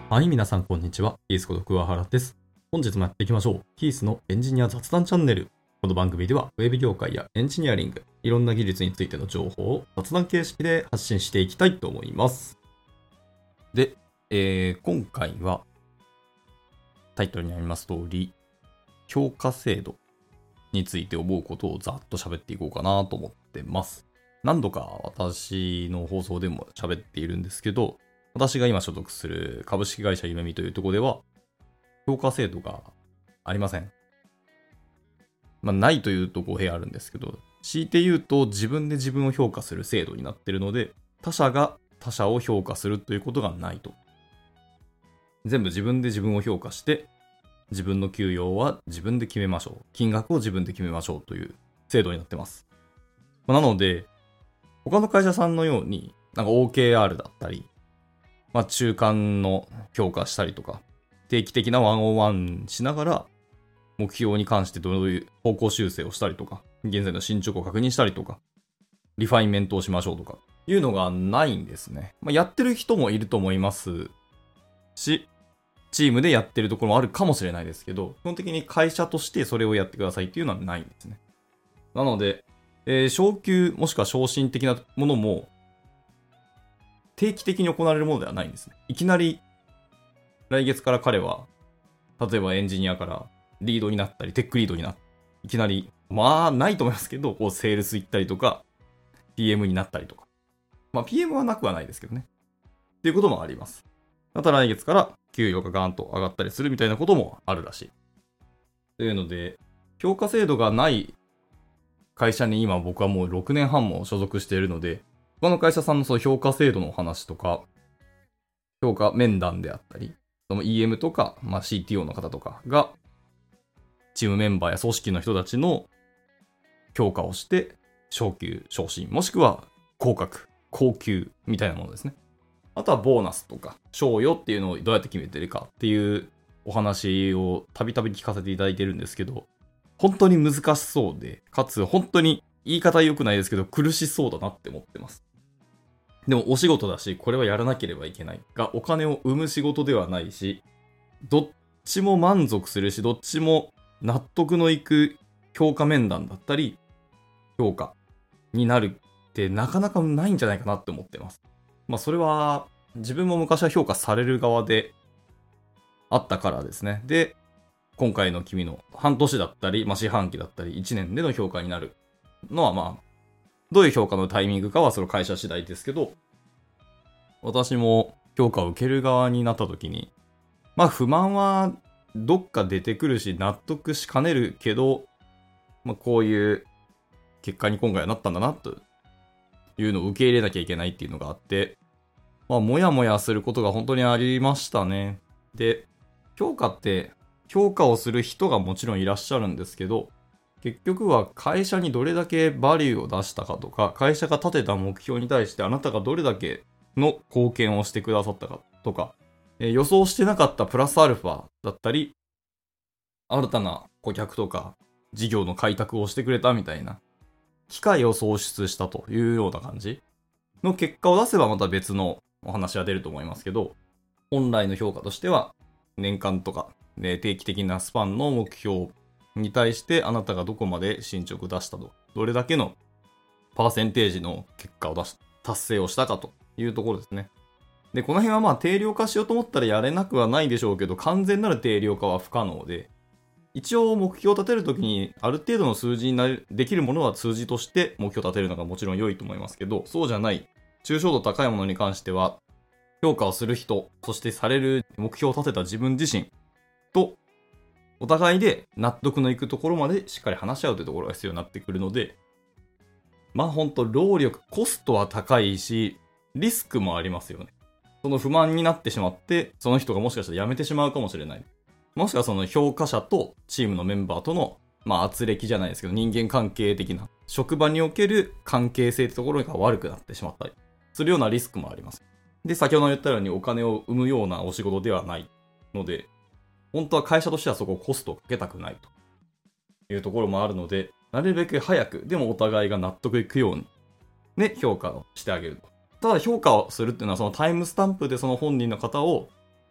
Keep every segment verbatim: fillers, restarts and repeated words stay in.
はい、皆さんこんにちは。キースこと桑原です。本日もやっていきましょう。キースのエンジニア雑談チャンネル。この番組では、ウェブ業界やエンジニアリング、いろんな技術についての情報を雑談形式で発信していきたいと思います。で、えー、今回は、タイトルにあります通り、評価制度について思うことをざっと喋っていこうかなと思ってます。何度か私の放送でも喋っているんですけど、私が今所属する株式会社ゆめみというところでは、評価制度がありません。まあ、ないというと語弊あるんですけど、強いて言うと自分で自分を評価する制度になっているので、他者が他者を評価するということがないと。全部自分で自分を評価して、自分の給与は自分で決めましょう。金額を自分で決めましょうという制度になってます。なので、他の会社さんのように、なんか オーケーアール だったり、まあ、中間の評価したりとか、定期的なワンオンワンしながら、目標に関してどういう方向修正をしたりとか、現在の進捗を確認したりとか、リファインメントをしましょうとか、いうのがないんですね。まあ、やってる人もいると思いますし、チームでやってるところもあるかもしれないですけど、基本的に会社としてそれをやってくださいっていうのはないんですね。なので、えー、昇給もしくは昇進的なものも、定期的に行われるものではないんですね。いきなり来月から彼は例えばエンジニアからリードになったりテックリードになっていきなりまあないと思いますけど、こうセールス行ったりとか ピーエム になったりとか、まあ ピーエム はなくはないですけどねっていうこともあります。また来月から給与がガーンと上がったりするみたいなこともあるらしいというので、評価制度がない会社に今僕はもうろくねんはんも所属しているので、他の会社さんのその評価制度の話とか、評価面談であったり、その イーエム とか、まあ、シーティーオー の方とかが、チームメンバーや組織の人たちの評価をして、昇給、昇進、もしくは降格、降給みたいなものですね。あとはボーナスとか、賞与っていうのをどうやって決めてるかっていうお話をたびたび聞かせていただいてるんですけど、本当に難しそうで、かつ本当に言い方良くないですけど、苦しそうだなって思ってます。でもお仕事だし、これはやらなければいけないが、お金を生む仕事ではないし、どっちも満足するし、どっちも納得のいく評価面談だったり、評価になるってなかなかないんじゃないかなって思ってます。まあそれは、自分も昔は評価される側であったからですね。で、今回の君の半年だったり、まあ四半期だったり、いちねんでの評価になるのはまあ、どういう評価のタイミングかはその会社次第ですけど、私も評価を受ける側になった時に、まあ不満はどっか出てくるし納得しかねるけど、まあこういう結果に今回はなったんだなというのを受け入れなきゃいけないっていうのがあって、まあもやもやすることが本当にありましたね。で、評価って評価をする人がもちろんいらっしゃるんですけど、結局は会社にどれだけバリューを出したかとか、会社が立てた目標に対してあなたがどれだけの貢献をしてくださったかとか、えー、予想してなかったプラスアルファだったり、新たな顧客とか事業の開拓をしてくれたみたいな、機会を創出したというような感じの結果を出せばまた別のお話は出ると思いますけど、本来の評価としては年間とか、ね、定期的なスパンの目標に対してあなたがどこまで進捗出したと、どれだけのパーセンテージの結果を出し達成をしたかというところですね。で、この辺はまあ定量化しようと思ったらやれなくはないでしょうけど、完全なる定量化は不可能で、一応目標を立てるときにある程度の数字になるできるものは数字として目標を立てるのがもちろん良いと思いますけど、そうじゃない抽象度高いものに関しては評価をする人、そしてされる目標を立てた自分自身とお互いで納得のいくところまでしっかり話し合うというところが必要になってくるので、まあ本当労力、コストは高いし、リスクもありますよね。その不満になってしまって、その人がもしかしたら辞めてしまうかもしれない。もしくはその評価者とチームのメンバーとの、まあ圧力じゃないですけど、人間関係的な、職場における関係性ってところが悪くなってしまったりするようなリスクもあります。で、先ほど言ったようにお金を生むようなお仕事ではないので、本当は会社としてはそこをコストをかけたくないというところもあるので、なるべく早く、でもお互いが納得いくように、ね、評価をしてあげると。ただ評価をするっていうのはそのタイムスタンプでその本人の方を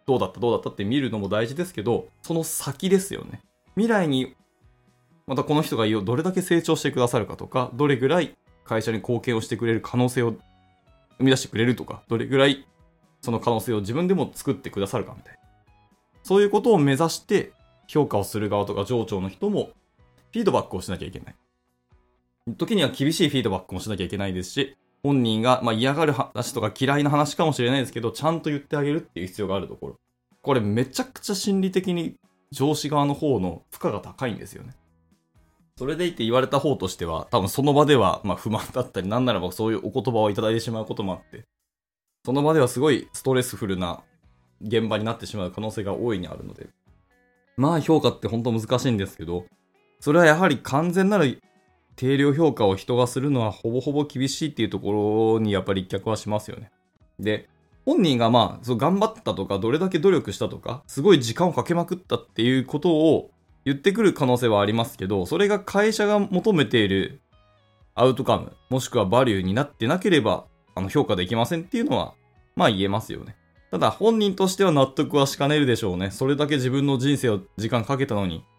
どうだったどうだったって見るのも大事ですけど、その先ですよね。未来にまたこの人がどれだけ成長してくださるかとか、どれぐらい会社に貢献をしてくれる可能性を生み出してくれるとか、どれぐらいその可能性を自分でも作ってくださるかみたいな。そういうことを目指して評価をする側とか上長の人もフィードバックをしなきゃいけない。時には厳しいフィードバックもしなきゃいけないですし、本人がまあ嫌がる話とか嫌いな話かもしれないですけど、ちゃんと言ってあげるっていう必要があるところ。これめちゃくちゃ心理的に上司側の方の負荷が高いんですよね。それでいて言われた方としては、多分その場ではまあ不満だったり、なんならばそういうお言葉をいただいてしまうこともあって、その場ではすごいストレスフルな現場になってしまう可能性が大いにあるので、まあ評価って本当難しいんですけど、それはやはり完全なる定量評価を人がするのはほぼほぼ厳しいっていうところにやっぱり立脚はしますよね。で、本人がまあそう頑張ったとか、どれだけ努力したとか、すごい時間をかけまくったっていうことを言ってくる可能性はありますけど、それが会社が求めているアウトカム、もしくはバリューになってなければ、あの評価できませんっていうのは、まあ言えますよね。ただ本人としては納得はしかねるでしょうね。それだけ自分の人生を時間かけたのに、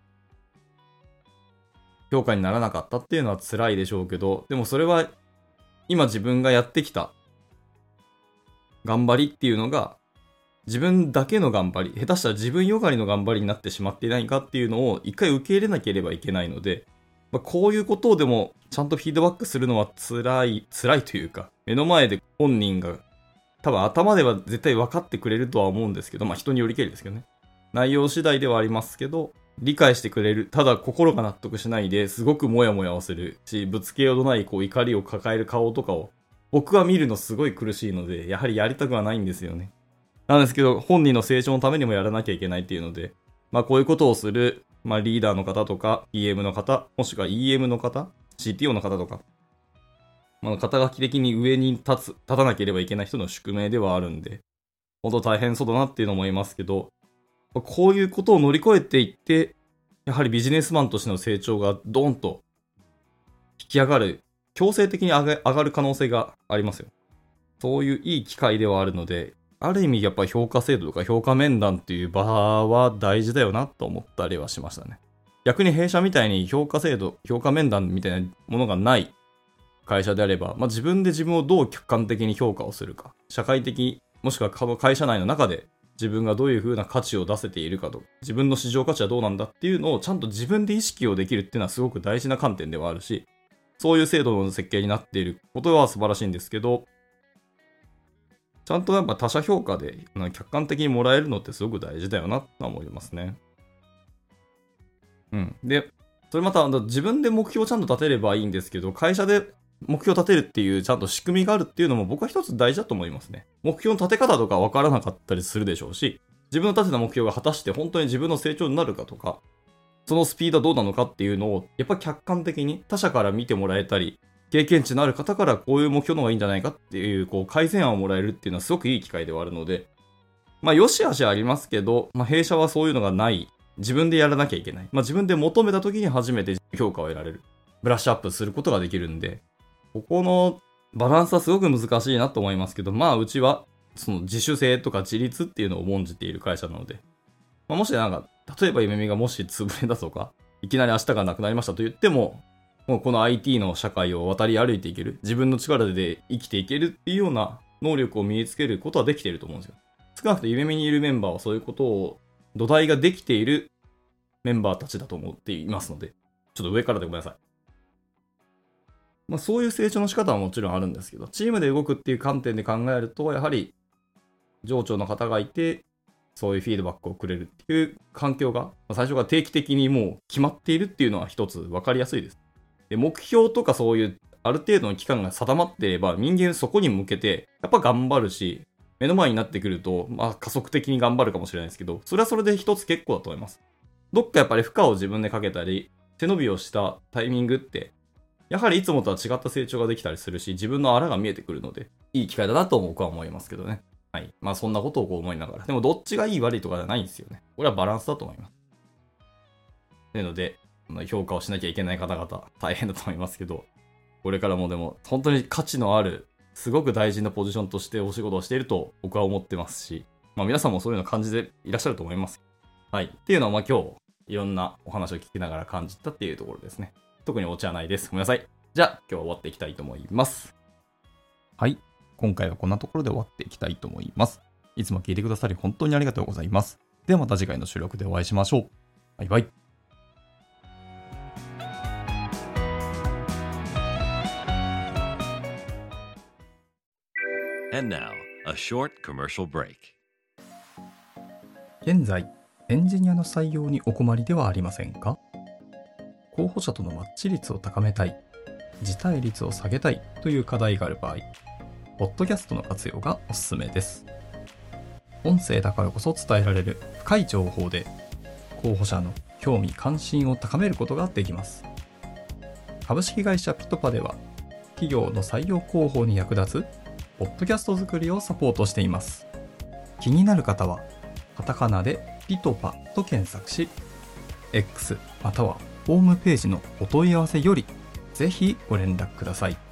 評価にならなかったっていうのは辛いでしょうけど、でもそれは今自分がやってきた頑張りっていうのが自分だけの頑張り、下手したら自分よがりの頑張りになってしまっていないかっていうのを一回受け入れなければいけないので、まあ、こういうことをでもちゃんとフィードバックするのは辛い、辛いというか、目の前で本人が多分頭では絶対分かってくれるとは思うんですけど、まあ人によりけりですけどね。内容次第ではありますけど、理解してくれる。ただ心が納得しないで、すごくモヤモヤをするし、ぶつけようのないこう怒りを抱える顔とかを、僕は見るのすごい苦しいので、やはりやりたくはないんですよね。なんですけど、本人の成長のためにもやらなきゃいけないっていうので、まあこういうことをする、まあリーダーの方とか、ピーエム の方、もしくは イーエム の方、シーティーオー の方とか、まあ肩書き的に上に立つ、立たなければいけない人の宿命ではあるんで、本当大変そうだなっていうのも思いますけど、こういうことを乗り越えていって、やはりビジネスマンとしての成長がドーンと引き上がる、強制的に上が、上がる可能性がありますよ。そういういい機会ではあるので、ある意味やっぱり評価制度とか評価面談っていう場は大事だよなと思ったりはしましたね。逆に弊社みたいに評価制度、評価面談みたいなものがない会社であれば、まあ、自分で自分をどう客観的に評価をするか、社会的、もしくは会社内の中で自分がどういう風な価値を出せているかと、自分の市場価値はどうなんだっていうのをちゃんと自分で意識をできるっていうのはすごく大事な観点ではあるし、そういう制度の設計になっていることは素晴らしいんですけど、ちゃんとやっぱ他者評価で客観的にもらえるのってすごく大事だよなと思いますね。うん。で、それまた自分で目標をちゃんと立てればいいんですけど、会社で目標を立てるっていうちゃんと仕組みがあるっていうのも僕は一つ大事だと思いますね。目標の立て方とか分からなかったりするでしょうし、自分の立てた目標が果たして本当に自分の成長になるかとか、そのスピードはどうなのかっていうのをやっぱ客観的に他者から見てもらえたり、経験値のある方からこういう目標の方がいいんじゃないかっていう、こう改善案をもらえるっていうのはすごくいい機会ではあるので、まあ良し悪しありますけど、まあ弊社はそういうのがない。自分でやらなきゃいけない。まあ自分で求めた時に初めて評価を得られる。ブラッシュアップすることができるんで、ここのバランスはすごく難しいなと思いますけど、まあうちはその自主性とか自立っていうのを重んじている会社なので、まあ、もしなんか、例えば夢見がもし潰れだとか、いきなり明日がなくなりましたと言っても、もうこの アイティー の社会を渡り歩いていける、自分の力で生きていけるっていうような能力を身につけることはできていると思うんですよ。少なくとも夢見にいるメンバーはそういうことを土台ができているメンバーたちだと思っていますので、ちょっと上からでごめんなさい。まあそういう成長の仕方はもちろんあるんですけど、チームで動くっていう観点で考えると、やはり上長の方がいて、そういうフィードバックをくれるっていう環境が、最初から定期的にもう決まっているっていうのは一つ分かりやすいです。で、目標とかそういうある程度の期間が定まっていれば、人間そこに向けてやっぱ頑張るし、目の前になってくると、まあ加速的に頑張るかもしれないですけど、それはそれで一つ結構だと思います。どっかやっぱり負荷を自分でかけたり、背伸びをしたタイミングって、やはりいつもとは違った成長ができたりするし、自分のあらが見えてくるので、いい機会だなと僕は思いますけどね。はい。まあそんなことをこう思いながら。でもどっちがいい悪いとかじゃないんですよね。これはバランスだと思います。というので、評価をしなきゃいけない方々、大変だと思いますけど、これからもでも本当に価値のある、すごく大事なポジションとしてお仕事をしていると僕は思ってますし、 まあ皆さんもそういうの感じていらっしゃると思います。はい。っていうのをまあ今日いろんなお話を聞きながら感じたっていうところですね。特にオチはないです。ごめんなさい。じゃあ今日は終わっていきたいと思います。はい。今回はこんなところで終わっていきたいと思います。いつも聞いてくださり本当にありがとうございます。ではまた次回の収録でお会いしましょう。バイバイ。 And now, a short commercial break. 現在、エンジニアの採用にお困りではありませんか？候補者とのマッチ率を高めたい、辞退率を下げたいという課題がある場合、ポッドキャストの活用がおすすめです。音声だからこそ伝えられる深い情報で、候補者の興味関心を高めることができます。株式会社ピトパでは、企業の採用広報に役立つポッドキャスト作りをサポートしています。気になる方は、カタカナでピトパと検索し、X またはホームページのお問い合わせよりぜひご連絡ください。